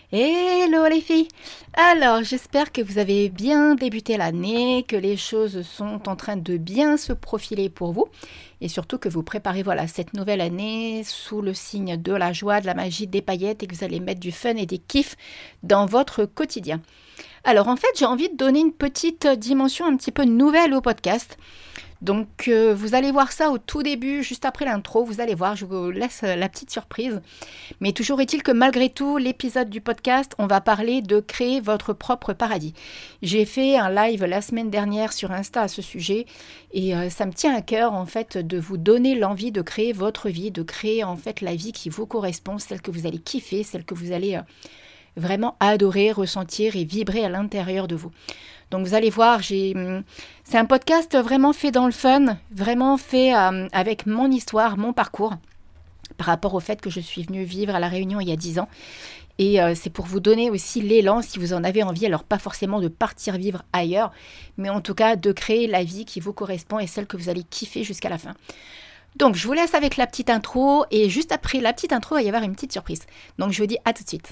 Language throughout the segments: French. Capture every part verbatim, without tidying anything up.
Hello les filles! Alors, j'espère que vous avez bien débuté l'année, que les choses sont en train de bien se profiler pour vous et surtout que vous préparez voilà, cette nouvelle année sous le signe de la joie, de la magie, des paillettes et que vous allez mettre du fun et des kiffs dans votre quotidien. Alors en fait, j'ai envie de donner une petite dimension un petit peu nouvelle au podcast. Donc euh, vous allez voir ça au tout début, juste après l'intro, vous allez voir, je vous laisse la petite surprise. Mais toujours est-il que malgré tout, l'épisode du podcast, on va parler de créer votre propre paradis. J'ai fait un live la semaine dernière sur Insta à ce sujet et euh, ça me tient à cœur en fait de vous donner l'envie de créer votre vie, de créer en fait la vie qui vous correspond, celle que vous allez kiffer, celle que vous allez euh, vraiment adorer, ressentir et vibrer à l'intérieur de vous. Donc vous allez voir, j'ai... c'est un podcast vraiment fait dans le fun, vraiment fait euh, avec mon histoire, mon parcours, par rapport au fait que je suis venue vivre à La Réunion il y a dix ans. Et euh, c'est pour vous donner aussi l'élan, si vous en avez envie, alors pas forcément de partir vivre ailleurs, mais en tout cas de créer la vie qui vous correspond et celle que vous allez kiffer jusqu'à la fin. Donc je vous laisse avec la petite intro et juste après la petite intro, il va y avoir une petite surprise. Donc je vous dis à tout de suite.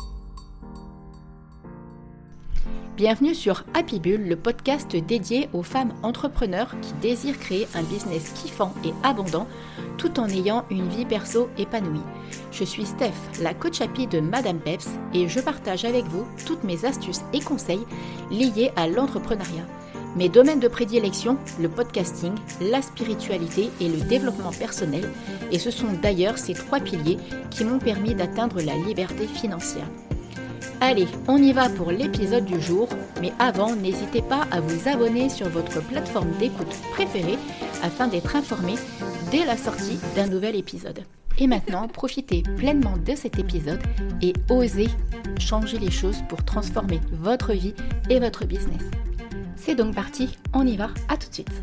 Bienvenue sur Happy Bull, le podcast dédié aux femmes entrepreneurs qui désirent créer un business kiffant et abondant tout en ayant une vie perso épanouie. Je suis Steph, la coach happy de Madame Peps et je partage avec vous toutes mes astuces et conseils liés à l'entrepreneuriat. Mes domaines de prédilection, le podcasting, la spiritualité et le développement personnel, et ce sont d'ailleurs ces trois piliers qui m'ont permis d'atteindre la liberté financière. Allez, on y va pour l'épisode du jour, mais avant, n'hésitez pas à vous abonner sur votre plateforme d'écoute préférée afin d'être informé dès la sortie d'un nouvel épisode. Et maintenant, profitez pleinement de cet épisode et osez changer les choses pour transformer votre vie et votre business. C'est donc parti, on y va, à tout de suite.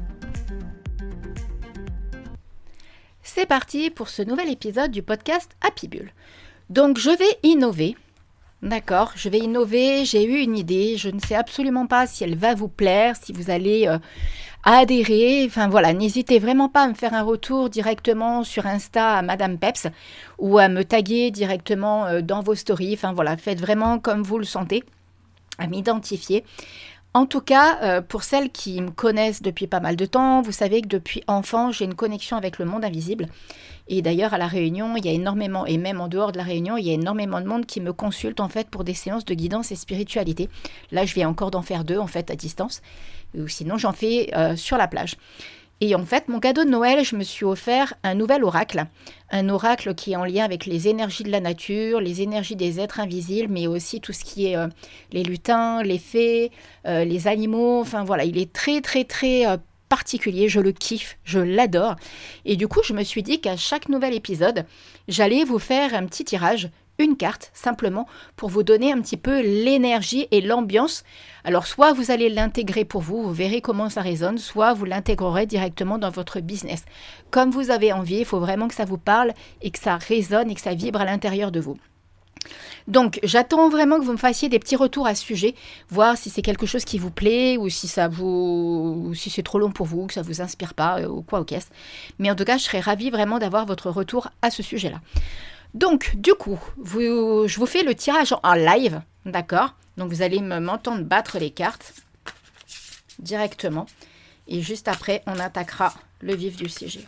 C'est parti pour ce nouvel épisode du podcast Happy Bull. Donc je vais innover. D'accord, je vais innover, j'ai eu une idée, je ne sais absolument pas si elle va vous plaire, si vous allez euh, adhérer, enfin voilà, n'hésitez vraiment pas à me faire un retour directement sur Insta à Madame Peps ou à me taguer directement euh, dans vos stories, enfin voilà, faites vraiment comme vous le sentez, à m'identifier. En tout cas, euh, pour celles qui me connaissent depuis pas mal de temps, vous savez que depuis enfant, j'ai une connexion avec le monde invisible. Et d'ailleurs, à La Réunion, il y a énormément, et même en dehors de La Réunion, il y a énormément de monde qui me consulte en fait pour des séances de guidance et spiritualité. Là, je viens encore d'en faire deux en fait à distance. Ou sinon, j'en fais euh, sur la plage. Et en fait, mon cadeau de Noël, je me suis offert un nouvel oracle. Un oracle qui est en lien avec les énergies de la nature, les énergies des êtres invisibles, mais aussi tout ce qui est euh, les lutins, les fées, euh, les animaux. Enfin voilà, il est très très très euh, particulier, je le kiffe, je l'adore. Et du coup, je me suis dit qu'à chaque nouvel épisode, j'allais vous faire un petit tirage, une carte, simplement, pour vous donner un petit peu l'énergie et l'ambiance. Alors, soit vous allez l'intégrer pour vous, vous verrez comment ça résonne, soit vous l'intégrerez directement dans votre business. Comme vous avez envie, il faut vraiment que ça vous parle et que ça résonne et que ça vibre à l'intérieur de vous. Donc, j'attends vraiment que vous me fassiez des petits retours à ce sujet, voir si c'est quelque chose qui vous plaît ou si ça vous, ou si c'est trop long pour vous, que ça vous inspire pas ou quoi au caisse. Mais en tout cas, je serais ravie vraiment d'avoir votre retour à ce sujet-là. Donc, du coup, vous, je vous fais le tirage en live, d'accord? Donc, vous allez m'entendre battre les cartes directement. Et juste après, on attaquera le vif du sujet.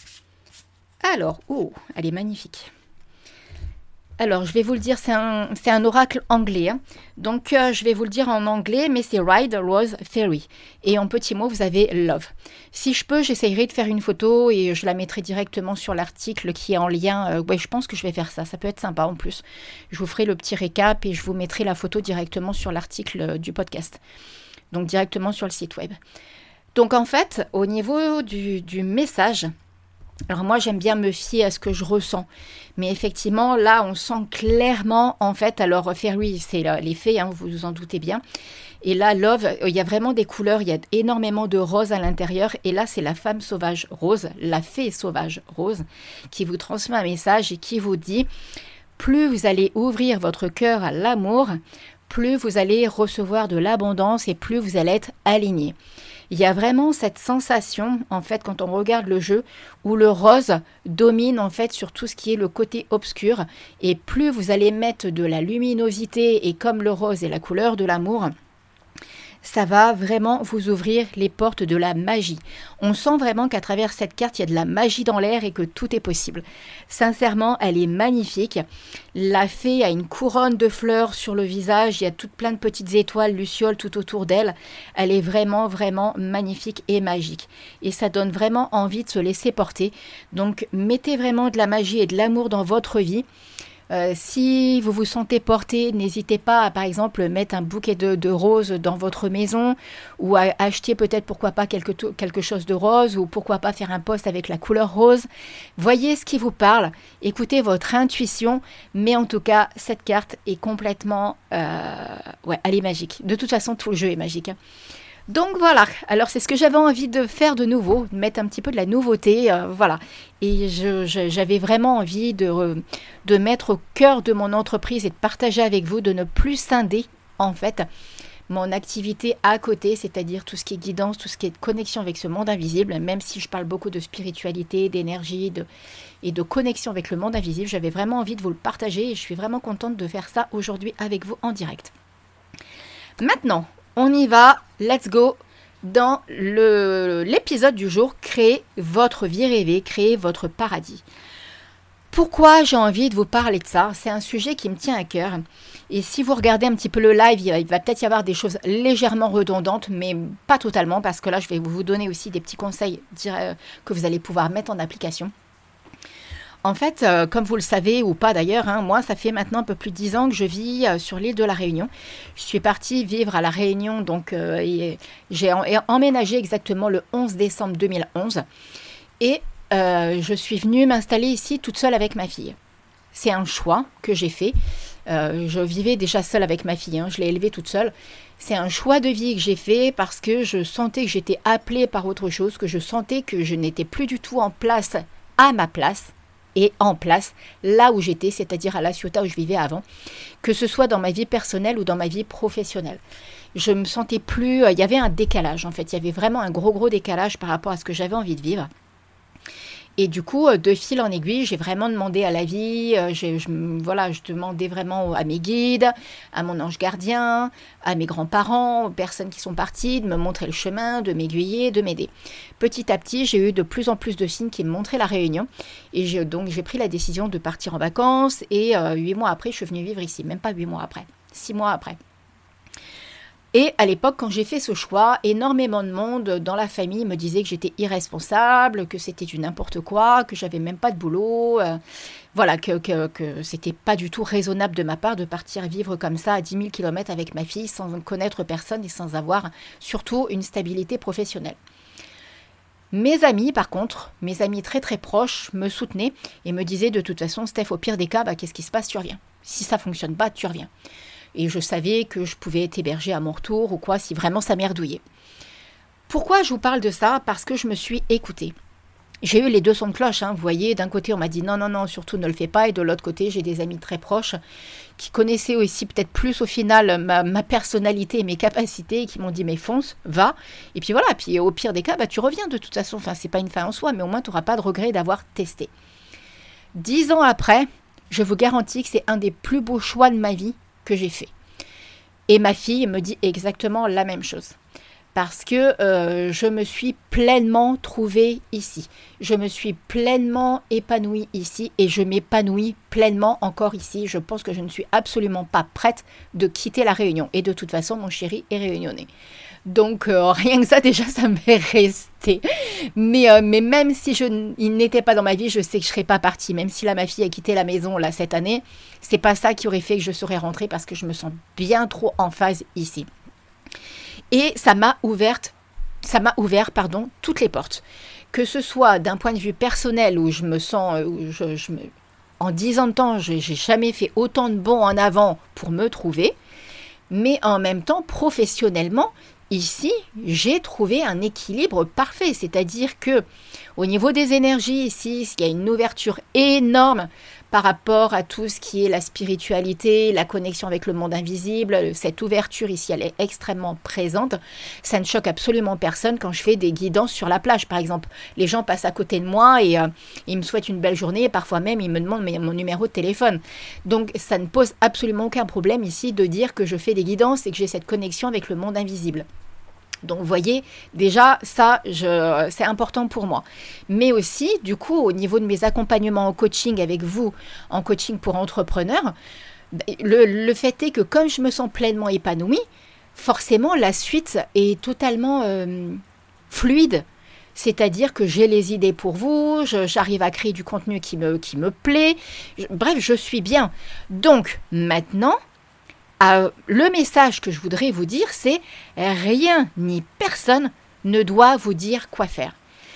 Alors, oh, elle est magnifique. Alors, je vais vous le dire, c'est un, c'est un oracle anglais. Hein. Donc, euh, je vais vous le dire en anglais, mais c'est Ride Rose Fairy. Et en petit mot, vous avez Love. Si je peux, j'essayerai de faire une photo et je la mettrai directement sur l'article qui est en lien. Euh, ouais, je pense que je vais faire ça. Ça peut être sympa en plus. Je vous ferai le petit récap et je vous mettrai la photo directement sur l'article du podcast. Donc, directement sur le site web. Donc, en fait, au niveau du, du message... Alors moi, j'aime bien me fier à ce que je ressens. Mais effectivement, là, on sent clairement, en fait, alors Fairy, c'est les fées, hein, vous vous en doutez bien. Et là, Love, il y a vraiment des couleurs, il y a énormément de rose à l'intérieur. Et là, c'est la femme sauvage rose, la fée sauvage rose, qui vous transmet un message et qui vous dit, plus vous allez ouvrir votre cœur à l'amour, plus vous allez recevoir de l'abondance et plus vous allez être aligné. Il y a vraiment cette sensation, en fait, quand on regarde le jeu, où le rose domine, en fait, sur tout ce qui est le côté obscur. Et plus vous allez mettre de la luminosité, et comme le rose est la couleur de l'amour, ça va vraiment vous ouvrir les portes de la magie. On sent vraiment qu'à travers cette carte, il y a de la magie dans l'air et que tout est possible. Sincèrement, elle est magnifique. La fée a une couronne de fleurs sur le visage. Il y a toutes plein de petites étoiles, lucioles tout autour d'elle. Elle est vraiment, vraiment magnifique et magique. Et ça donne vraiment envie de se laisser porter. Donc, mettez vraiment de la magie et de l'amour dans votre vie. Euh, si vous vous sentez porté, n'hésitez pas à, par exemple, mettre un bouquet de, de roses dans votre maison ou à acheter peut-être, pourquoi pas, quelque, quelque chose de rose ou pourquoi pas faire un post avec la couleur rose. Voyez ce qui vous parle, écoutez votre intuition, mais en tout cas, cette carte est complètement... Euh, ouais, elle est magique. De toute façon, tout le jeu est magique. Hein. Donc voilà, alors c'est ce que j'avais envie de faire de nouveau, de mettre un petit peu de la nouveauté, euh, voilà. Et je, je, j'avais vraiment envie de, de mettre au cœur de mon entreprise et de partager avec vous, de ne plus scinder en fait mon activité à côté, c'est-à-dire tout ce qui est guidance, tout ce qui est connexion avec ce monde invisible, même si je parle beaucoup de spiritualité, d'énergie de, et de connexion avec le monde invisible, j'avais vraiment envie de vous le partager et je suis vraiment contente de faire ça aujourd'hui avec vous en direct. Maintenant, on y va, let's go dans le, l'épisode du jour, créer votre vie rêvée, créer votre paradis. Pourquoi j'ai envie de vous parler de ça? C'est un sujet qui me tient à cœur. Et si vous regardez un petit peu le live, il va, il va peut-être y avoir des choses légèrement redondantes, mais pas totalement, parce que là, je vais vous donner aussi des petits conseils que vous allez pouvoir mettre en application. En fait, euh, comme vous le savez ou pas d'ailleurs, hein, moi, ça fait maintenant un peu plus de dix ans que je vis euh, sur l'île de la Réunion. Je suis partie vivre à la Réunion, donc euh, et j'ai en, et emménagé exactement le onze décembre deux mille onze. Et euh, je suis venue m'installer ici toute seule avec ma fille. C'est un choix que j'ai fait. Euh, je vivais déjà seule avec ma fille, hein, je l'ai élevée toute seule. C'est un choix de vie que j'ai fait parce que je sentais que j'étais appelée par autre chose, que je sentais que je n'étais plus du tout en place à ma place. Et en place, là où j'étais, c'est-à-dire à La Ciotat où je vivais avant, que ce soit dans ma vie personnelle ou dans ma vie professionnelle. Je me sentais plus... Il y avait un décalage, en fait. Il y avait vraiment un gros, gros décalage par rapport à ce que j'avais envie de vivre. Et du coup, de fil en aiguille, j'ai vraiment demandé à la vie, je, je, voilà, je demandais vraiment à mes guides, à mon ange gardien, à mes grands-parents, aux personnes qui sont parties, de me montrer le chemin, de m'aiguiller, de m'aider. Petit à petit, j'ai eu de plus en plus de signes qui me montraient la Réunion. Et j'ai, donc, j'ai pris la décision de partir en vacances. Et euh, huit mois après, je suis venue vivre ici. Même pas huit mois après, six mois après. Et à l'époque, quand j'ai fait ce choix, énormément de monde dans la famille me disait que j'étais irresponsable, que c'était du n'importe quoi, que j'avais même pas de boulot, euh, voilà, que, que, que c'était pas du tout raisonnable de ma part de partir vivre comme ça à dix mille kilomètres avec ma fille sans connaître personne et sans avoir surtout une stabilité professionnelle. Mes amis, par contre, mes amis très très proches me soutenaient et me disaient de toute façon, Steph, au pire des cas, bah, qu'est-ce qui se passe, tu reviens. Si ça fonctionne pas, tu reviens. Et je savais que je pouvais être hébergée à mon retour ou quoi, si vraiment ça merdouillait. Pourquoi je vous parle de ça? Parce que je me suis écoutée. J'ai eu les deux sons de cloche, hein. Vous voyez, d'un côté on m'a dit non, non, non, surtout ne le fais pas. Et de l'autre côté, j'ai des amis très proches qui connaissaient aussi peut-être plus au final ma, ma personnalité et mes capacités et qui m'ont dit mais fonce, va. Et puis voilà, puis au pire des cas, bah, tu reviens de toute façon. Enfin, c'est pas une fin en soi, mais au moins tu n'auras pas de regret d'avoir testé. Dix ans après, je vous garantis que c'est un des plus beaux choix de ma vie que j'ai fait. Et ma fille me dit exactement la même chose. Parce que euh, je me suis pleinement trouvée ici. Je me suis pleinement épanouie ici et je m'épanouis pleinement encore ici. Je pense que je ne suis absolument pas prête de quitter la Réunion. Et de toute façon, mon chéri est réunionnais. Donc, euh, rien que ça, déjà, ça m'est resté. Mais, euh, mais même si je, il n'était pas dans ma vie, je sais que je ne serais pas partie. Même si là, ma fille a quitté la maison là, cette année, c'est pas ça qui aurait fait que je serais rentrée parce que je me sens bien trop en phase ici. Et ça m'a ouverte, ça m'a ouvert, pardon, toutes les portes. Que ce soit d'un point de vue personnel où je me sens, où je, je me, en dix ans de temps, je n'ai jamais fait autant de bons en avant pour me trouver. Mais en même temps, professionnellement, ici, j'ai trouvé un équilibre parfait. C'est-à-dire que au niveau des énergies ici, il y a une ouverture énorme par rapport à tout ce qui est la spiritualité, la connexion avec le monde invisible. Cette ouverture ici, elle est extrêmement présente. Ça ne choque absolument personne quand je fais des guidances sur la plage, par exemple. Les gens passent à côté de moi et euh, ils me souhaitent une belle journée et parfois même ils me demandent mon numéro de téléphone. Donc ça ne pose absolument aucun problème ici de dire que je fais des guidances et que j'ai cette connexion avec le monde invisible. Donc, vous voyez, déjà, ça, je, c'est important pour moi. Mais aussi, du coup, au niveau de mes accompagnements en coaching avec vous, en coaching pour entrepreneurs, le, le fait est que comme je me sens pleinement épanouie, forcément, la suite est totalement euh, fluide. C'est-à-dire que j'ai les idées pour vous, je, j'arrive à créer du contenu qui me, qui me plaît. Je, bref, je suis bien. Donc, maintenant... Euh, le message que je voudrais vous dire, c'est rien ni personne ne doit vous dire quoi faire.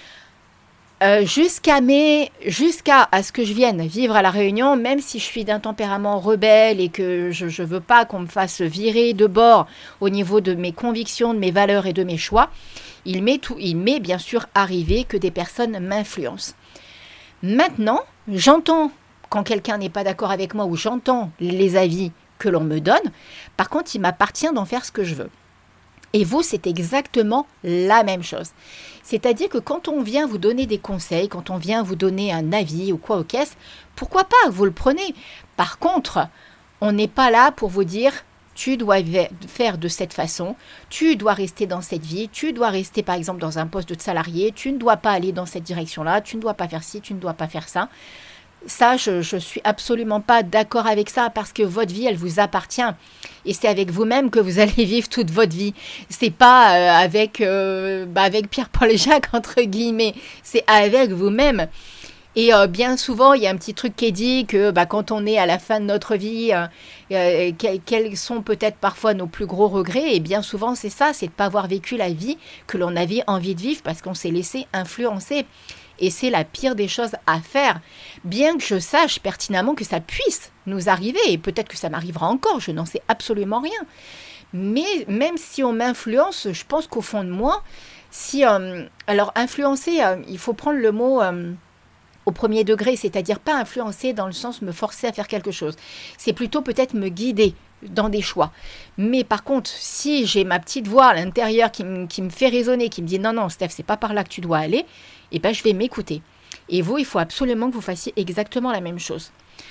Euh, jusqu'à mes, jusqu'à à ce que je vienne vivre à La Réunion, même si je suis d'un tempérament rebelle et que je ne veux pas qu'on me fasse virer de bord au niveau de mes convictions, de mes valeurs et de mes choix, il m'est, tout, il m'est bien sûr arrivé que des personnes m'influencent. Maintenant, j'entends quand quelqu'un n'est pas d'accord avec moi ou j'entends les avis que l'on me donne. Par contre, il m'appartient d'en faire ce que je veux. Et vous, c'est exactement la même chose. C'est-à-dire que quand on vient vous donner des conseils, quand on vient vous donner un avis ou quoi au caisse, pourquoi pas, vous le prenez. Par contre, on n'est pas là pour vous dire « tu dois faire de cette façon, tu dois rester dans cette vie, tu dois rester par exemple dans un poste de salarié, tu ne dois pas aller dans cette direction-là, tu ne dois pas faire ci, tu ne dois pas faire ça ». Ça, je ne suis absolument pas d'accord avec ça parce que votre vie, elle vous appartient. Et c'est avec vous-même que vous allez vivre toute votre vie. C'est pas euh, avec, euh, bah avec Pierre-Paul et Jacques, entre guillemets. C'est avec vous-même. Et euh, bien souvent, il y a un petit truc qui est dit que bah, quand on est à la fin de notre vie, euh, euh, quels, quels sont peut-être parfois nos plus gros regrets. Et bien souvent, c'est ça, c'est de ne pas avoir vécu la vie que l'on avait envie de vivre parce qu'on s'est laissé influencer. Et c'est la pire des choses à faire, bien que je sache pertinemment que ça puisse nous arriver, et peut-être que ça m'arrivera encore, je n'en sais absolument rien. Mais même si on m'influence, je pense qu'au fond de moi, si... Euh, alors, influencer, euh, il faut prendre le mot... Euh, au premier degré, c'est-à-dire pas influencer dans le sens me forcer à faire quelque chose. C'est plutôt peut-être me guider dans des choix. Mais par contre, si j'ai ma petite voix à l'intérieur qui, m- qui me fait raisonner, qui me dit non, non, Steph, c'est pas par là que tu dois aller, eh ben, je vais m'écouter. Et vous, il faut absolument que vous fassiez exactement la même chose.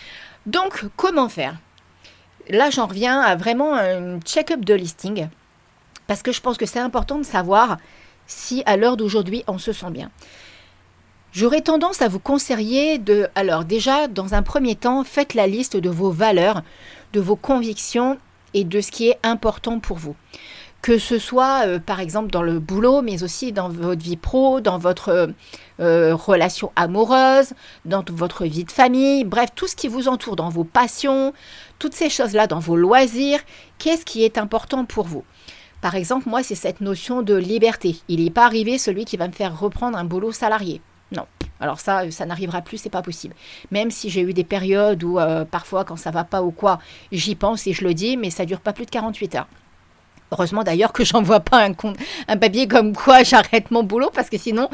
Donc, comment faire ? Là, j'en reviens à vraiment un check-up de listing, parce que je pense que c'est important de savoir si à l'heure d'aujourd'hui, on se sent bien. J'aurais tendance à vous conseiller de, alors déjà, dans un premier temps, faites la liste de vos valeurs, de vos convictions et de ce qui est important pour vous. Que ce soit, euh, par exemple, dans le boulot, mais aussi dans votre vie pro, dans votre euh, relation amoureuse, dans votre vie de famille, bref, tout ce qui vous entoure, dans vos passions, toutes ces choses-là, dans vos loisirs, qu'est-ce qui est important pour vous ? Par exemple, moi, c'est cette notion de liberté. Il n'est pas arrivé celui qui va me faire reprendre un boulot salarié. Non, alors ça, ça n'arrivera plus, c'est pas possible. Même si j'ai eu des périodes où euh, parfois quand ça va pas ou quoi, j'y pense et je le dis, mais ça dure pas plus de quarante-huit heures. Heureusement d'ailleurs que j'envoie pas un, compte, un papier comme quoi j'arrête mon boulot parce que sinon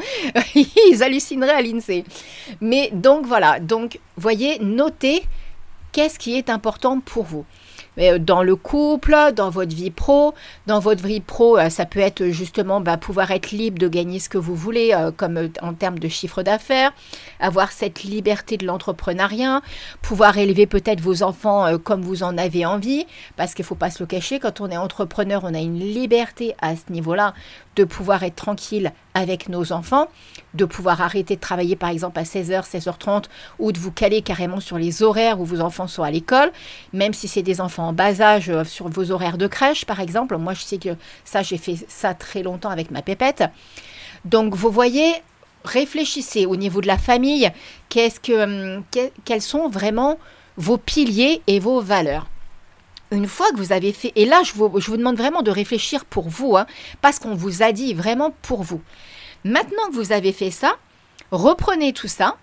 ils hallucineraient à l'INSEE. Mais donc voilà, donc voyez, notez qu'est-ce qui est important pour vous. Dans le couple, dans votre vie pro. Dans votre vie pro, ça peut être justement bah, pouvoir être libre de gagner ce que vous voulez, euh, comme euh, en termes de chiffre d'affaires, avoir cette liberté de l'entrepreneuriat, pouvoir élever peut-être vos enfants euh, comme vous en avez envie, parce qu'il ne faut pas se le cacher, quand on est entrepreneur, on a une liberté à ce niveau-là de pouvoir être tranquille avec nos enfants, de pouvoir arrêter de travailler par exemple à seize heures, seize heures trente ou de vous caler carrément sur les horaires où vos enfants sont à l'école, même si c'est des enfants en bas âge euh, sur vos horaires de crèche par exemple. Moi je sais que ça j'ai fait ça très longtemps avec ma pépette. Donc vous voyez, réfléchissez au niveau de la famille, qu'est-ce que, que, quels sont vraiment vos piliers et vos valeurs. Une fois que vous avez fait, et là je vous, je vous demande vraiment de réfléchir pour vous, hein, parce qu'on vous a dit vraiment pour vous. Maintenant que vous avez fait ça, reprenez tout ça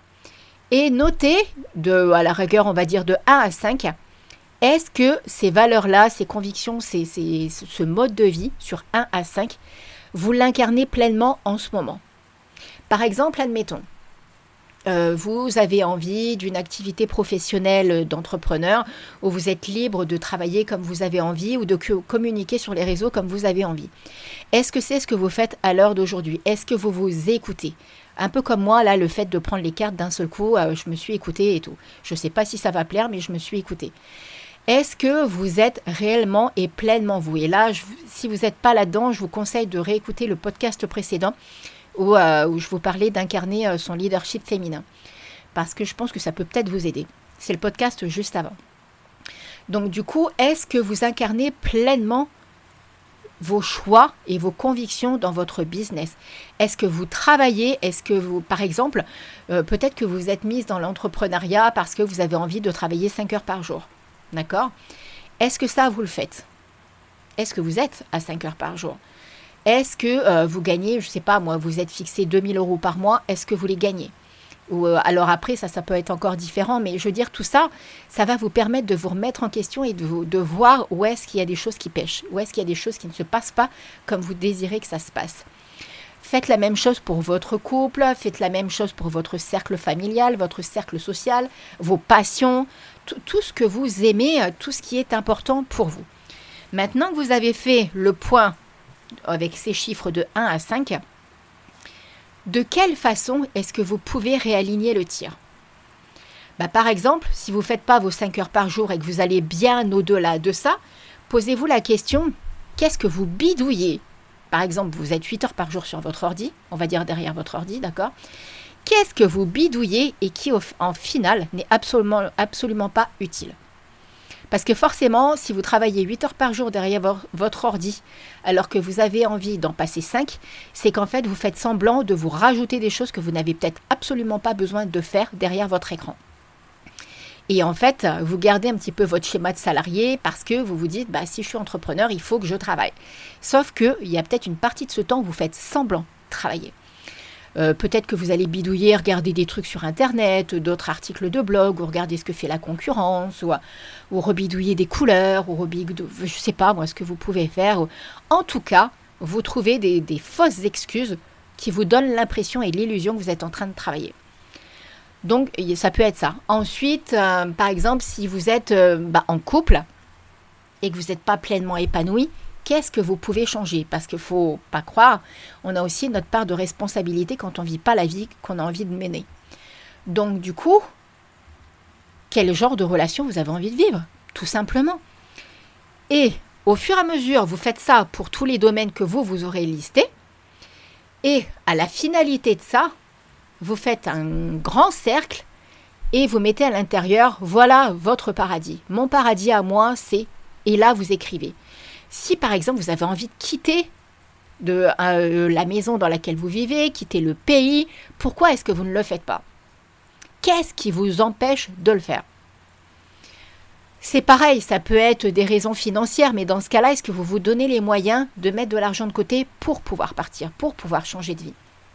et notez, de, à la rigueur on va dire de un à cinq, est-ce que ces valeurs-là, ces convictions, ces, ces, ce mode de vie sur un à cinq, vous l'incarnez pleinement en ce moment. Par exemple, admettons, euh, vous avez envie d'une activité professionnelle d'entrepreneur où vous êtes libre de travailler comme vous avez envie ou de co- communiquer sur les réseaux comme vous avez envie. Est-ce que c'est ce que vous faites à l'heure d'aujourd'hui? Est-ce que vous vous écoutez? Un peu comme moi, là, le fait de prendre les cartes d'un seul coup, euh, je me suis écoutée et tout. Je ne sais pas si ça va plaire, mais je me suis écoutée. Est-ce que vous êtes réellement et pleinement vous? Et là, je, si vous n'êtes pas là-dedans, je vous conseille de réécouter le podcast précédent où, euh, où je vous parlais d'incarner euh, son leadership féminin. Parce que je pense que ça peut peut-être vous aider. C'est le podcast juste avant. Donc du coup, est-ce que vous incarnez pleinement vos choix et vos convictions dans votre business? Est-ce que vous travaillez? Est-ce que vous, par exemple, euh, peut-être que vous êtes mise dans l'entrepreneuriat parce que vous avez envie de travailler cinq heures par jour. D'accord? Est-ce que ça, vous le faites? Est-ce que vous êtes à cinq heures par jour? Est-ce que euh, vous gagnez, je ne sais pas moi, vous êtes fixé deux mille euros par mois, est-ce que vous les gagnez? Ou euh, alors après, ça, ça peut être encore différent, mais je veux dire, tout ça, ça va vous permettre de vous remettre en question et de, vous, de voir où est-ce qu'il y a des choses qui pêchent, où est-ce qu'il y a des choses qui ne se passent pas comme vous désirez que ça se passe. Faites la même chose pour votre couple, faites la même chose pour votre cercle familial, votre cercle social, vos passions, tout, tout ce que vous aimez, tout ce qui est important pour vous. Maintenant que vous avez fait le point avec ces chiffres de un à cinq, de quelle façon est-ce que vous pouvez réaligner le tir? Bah, par exemple, si vous ne faites pas vos cinq heures par jour et que vous allez bien au-delà de ça, posez-vous la question, qu'est-ce que vous bidouillez? Par exemple, vous êtes huit heures par jour sur votre ordi, on va dire derrière votre ordi, d'accord? Qu'est-ce que vous bidouillez et qui, en final, n'est absolument, absolument pas utile? Parce que forcément, si vous travaillez huit heures par jour derrière vo- votre ordi, alors que vous avez envie d'en passer cinq, c'est qu'en fait, vous faites semblant de vous rajouter des choses que vous n'avez peut-être absolument pas besoin de faire derrière votre écran. Et en fait, vous gardez un petit peu votre schéma de salarié parce que vous vous dites, bah, si je suis entrepreneur, il faut que je travaille. Sauf qu'il y a peut-être une partie de ce temps où vous faites semblant de travailler. Euh, peut-être que vous allez bidouiller, regarder des trucs sur Internet, d'autres articles de blog, ou regarder ce que fait la concurrence, ou, ou rebidouiller des couleurs, ou rebidouiller, je ne sais pas moi ce que vous pouvez faire. En tout cas, vous trouvez des, des fausses excuses qui vous donnent l'impression et l'illusion que vous êtes en train de travailler. Donc, ça peut être ça. Ensuite, euh, par exemple, si vous êtes euh, bah, en couple et que vous n'êtes pas pleinement épanoui, qu'est-ce que vous pouvez changer? Parce qu'il ne faut pas croire, on a aussi notre part de responsabilité quand on ne vit pas la vie qu'on a envie de mener. Donc du coup, quel genre de relation vous avez envie de vivre? Tout simplement. Et au fur et à mesure, vous faites ça pour tous les domaines que vous, vous aurez listés. Et à la finalité de ça, vous faites un grand cercle et vous mettez à l'intérieur, voilà votre paradis. Mon paradis à moi, c'est... Et là, vous écrivez. Si par exemple vous avez envie de quitter de, euh, la maison dans laquelle vous vivez, quitter le pays, pourquoi est-ce que vous ne le faites pas? Qu'est-ce qui vous empêche de le faire? C'est pareil, ça peut être des raisons financières, mais dans ce cas-là, est-ce que vous vous donnez les moyens de mettre de l'argent de côté pour pouvoir partir, pour pouvoir changer de vie?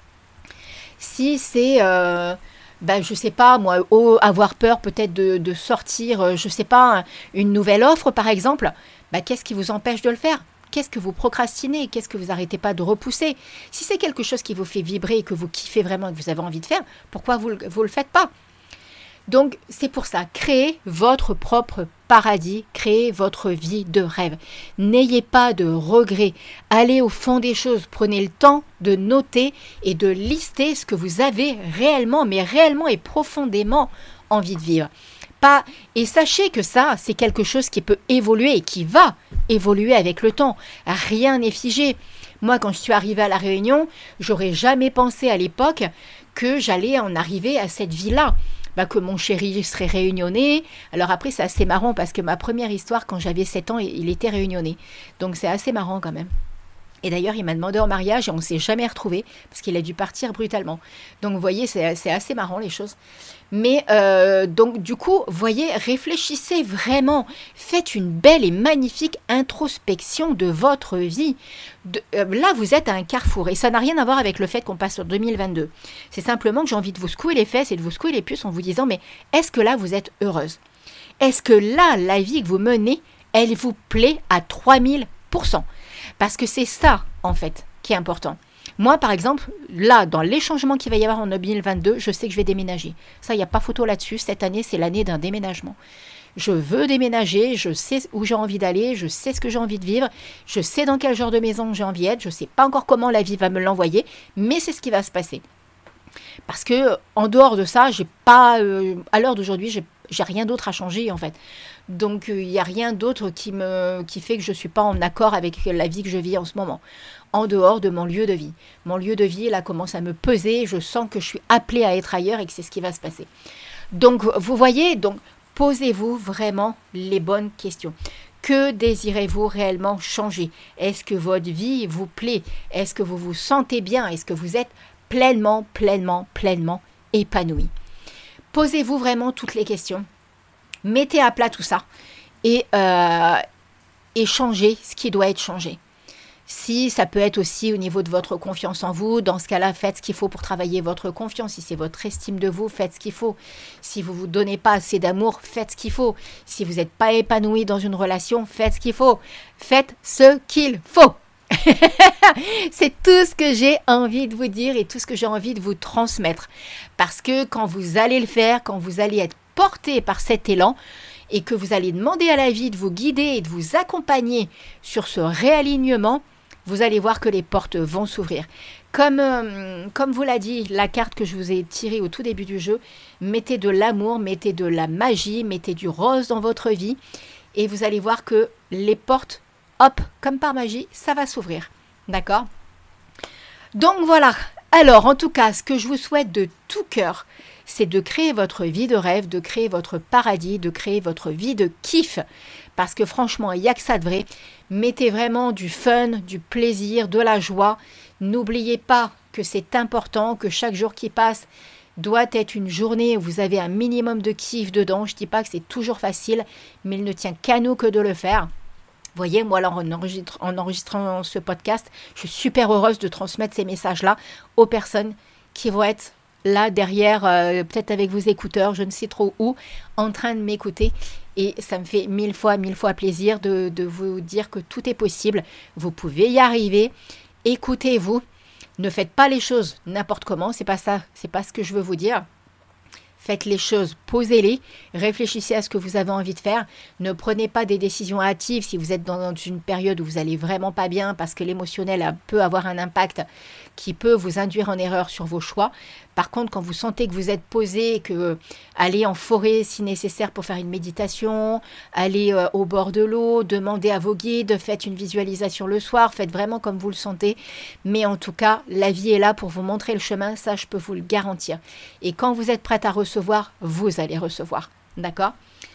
Si c'est, euh, ben, je ne sais pas, moi, oh, avoir peur peut-être de, de sortir, je ne sais pas, une nouvelle offre par exemple, bah, qu'est-ce qui vous empêche de le faire? Qu'est-ce que vous procrastinez? Qu'est-ce que vous n'arrêtez pas de repousser? Si c'est quelque chose qui vous fait vibrer et que vous kiffez vraiment et que vous avez envie de faire, pourquoi vous ne le faites pas? Donc, c'est pour ça, créez votre propre paradis, créez votre vie de rêve. N'ayez pas de regrets. Allez au fond des choses. Prenez le temps de noter et de lister ce que vous avez réellement, mais réellement et profondément envie de vivre. Pas, et sachez que ça, c'est quelque chose qui peut évoluer et qui va évoluer avec le temps. Rien n'est figé. Moi, quand je suis arrivée à La Réunion, j'aurais jamais pensé à l'époque que j'allais en arriver à cette vie-là. Bah, que mon chéri serait réunionnais. Alors après, c'est assez marrant parce que ma première histoire, quand j'avais sept ans, il était réunionnais. Donc c'est assez marrant quand même. Et d'ailleurs, il m'a demandé en mariage et on ne s'est jamais retrouvés parce qu'il a dû partir brutalement. Donc, vous voyez, c'est, c'est assez marrant les choses. Mais euh, donc, du coup, voyez, réfléchissez vraiment. Faites une belle et magnifique introspection de votre vie. De, euh, là, vous êtes à un carrefour et ça n'a rien à voir avec le fait qu'on passe sur deux mille vingt-deux. C'est simplement que j'ai envie de vous secouer les fesses et de vous secouer les puces en vous disant, mais est-ce que là, vous êtes heureuse? Est-ce que là, la vie que vous menez, elle vous plaît à trois mille pour cent? Parce que c'est ça, en fait, qui est important. Moi, par exemple, là, dans les changements qu'il va y avoir en deux mille vingt-deux, je sais que je vais déménager. Ça, il n'y a pas photo là-dessus. Cette année, c'est l'année d'un déménagement. Je veux déménager, je sais où j'ai envie d'aller, je sais ce que j'ai envie de vivre, je sais dans quel genre de maison j'ai envie d'être, je ne sais pas encore comment la vie va me l'envoyer, mais c'est ce qui va se passer. Parce que en dehors de ça, j'ai pas, euh, à l'heure d'aujourd'hui, j'ai, j'ai rien d'autre à changer en fait. Donc il n'y a rien d'autre qui, me, qui fait que je ne suis pas en accord avec la vie que je vis en ce moment. En dehors de mon lieu de vie. Mon lieu de vie, là, commence à me peser, je sens que je suis appelée à être ailleurs et que c'est ce qui va se passer. Donc vous voyez, donc posez-vous vraiment les bonnes questions. Que désirez-vous réellement changer? Est-ce que votre vie vous plaît? Est-ce que vous vous sentez bien? Est-ce que vous êtes pleinement, pleinement, pleinement épanoui? Posez-vous vraiment toutes les questions. Mettez à plat tout ça et, euh, et changez ce qui doit être changé. Si ça peut être aussi au niveau de votre confiance en vous, dans ce cas-là, faites ce qu'il faut pour travailler votre confiance. Si c'est votre estime de vous, faites ce qu'il faut. Si vous ne vous donnez pas assez d'amour, faites ce qu'il faut. Si vous n'êtes pas épanoui dans une relation, faites ce qu'il faut. Faites ce qu'il faut. C'est tout ce que j'ai envie de vous dire et tout ce que j'ai envie de vous transmettre. Parce que quand vous allez le faire, quand vous allez être porté par cet élan, et que vous allez demander à la vie de vous guider et de vous accompagner sur ce réalignement, vous allez voir que les portes vont s'ouvrir. Comme, euh, comme vous l'a dit la carte que je vous ai tirée au tout début du jeu, mettez de l'amour, mettez de la magie, mettez du rose dans votre vie et vous allez voir que les portes, hop, comme par magie, ça va s'ouvrir. D'accord ? Donc voilà. Alors, en tout cas, ce que je vous souhaite de tout cœur, c'est de créer votre vie de rêve, de créer votre paradis, de créer votre vie de kiff. Parce que franchement, il n'y a que ça de vrai. Mettez vraiment du fun, du plaisir, de la joie. N'oubliez pas que c'est important, que chaque jour qui passe doit être une journée où vous avez un minimum de kiff dedans. Je ne dis pas que c'est toujours facile, mais il ne tient qu'à nous que de le faire. Vous voyez, moi, alors, en, enregistre, en enregistrant ce podcast, je suis super heureuse de transmettre ces messages-là aux personnes qui vont être là derrière, euh, peut-être avec vos écouteurs, je ne sais trop où, en train de m'écouter. Et ça me fait mille fois, mille fois plaisir de, de vous dire que tout est possible. Vous pouvez y arriver. Écoutez-vous. Ne faites pas les choses n'importe comment. C'est pas ça. C'est pas ce que je veux vous dire. Faites les choses, posez-les, réfléchissez à ce que vous avez envie de faire. Ne prenez pas des décisions hâtives si vous êtes dans une période où vous allez vraiment pas bien parce que l'émotionnel peut avoir un impact qui peut vous induire en erreur sur vos choix. Par contre, quand vous sentez que vous êtes posé, que allez en forêt si nécessaire pour faire une méditation, allez euh, au bord de l'eau, demandez à vos guides, faites une visualisation le soir, faites vraiment comme vous le sentez. Mais en tout cas, la vie est là pour vous montrer le chemin, ça je peux vous le garantir. Et quand vous êtes prête à recevoir, vous allez recevoir. D'accord ?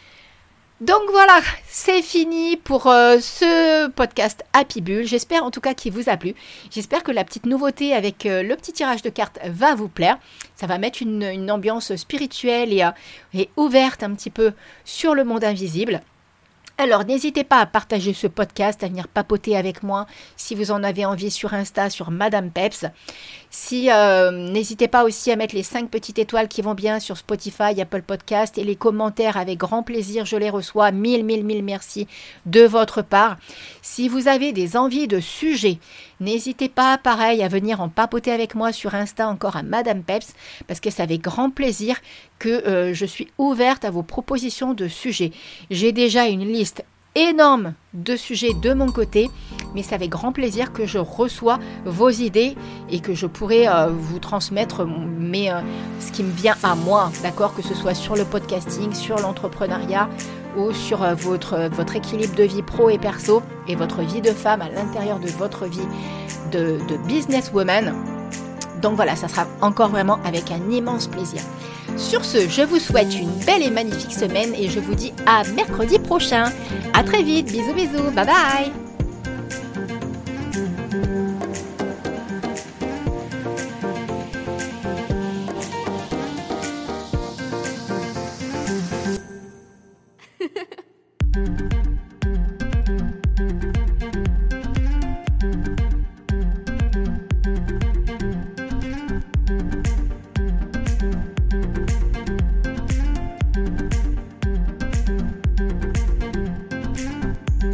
Donc voilà, c'est fini pour euh, ce podcast Happy Bull. J'espère en tout cas qu'il vous a plu. J'espère que la petite nouveauté avec euh, le petit tirage de cartes va vous plaire. Ça va mettre une, une ambiance spirituelle et, euh, et ouverte un petit peu sur le monde invisible. Alors, n'hésitez pas à partager ce podcast, à venir papoter avec moi si vous en avez envie sur Insta, sur Madame Peps. Si, euh, n'hésitez pas aussi à mettre les cinq petites étoiles qui vont bien sur Spotify, Apple Podcast et les commentaires avec grand plaisir, je les reçois. Mille, mille, mille merci de votre part. Si vous avez des envies de sujets, n'hésitez pas, pareil, à venir en papoter avec moi sur Insta, encore à Madame Peps, parce que c'est avec grand plaisir que euh, je suis ouverte à vos propositions de sujets. J'ai déjà une liste énorme de sujets de mon côté, mais c'est avec grand plaisir que je reçois vos idées et que je pourrai euh, vous transmettre mes, euh, ce qui me vient à moi, d'accord, que ce soit sur le podcasting, sur l'entrepreneuriat ou sur euh, votre, votre équilibre de vie pro et perso et votre vie de femme à l'intérieur de votre vie de, de businesswoman. Donc voilà, ça sera encore vraiment avec un immense plaisir. Sur ce, je vous souhaite une belle et magnifique semaine et je vous dis à mercredi prochain. À très vite, bisous bisous, bye bye.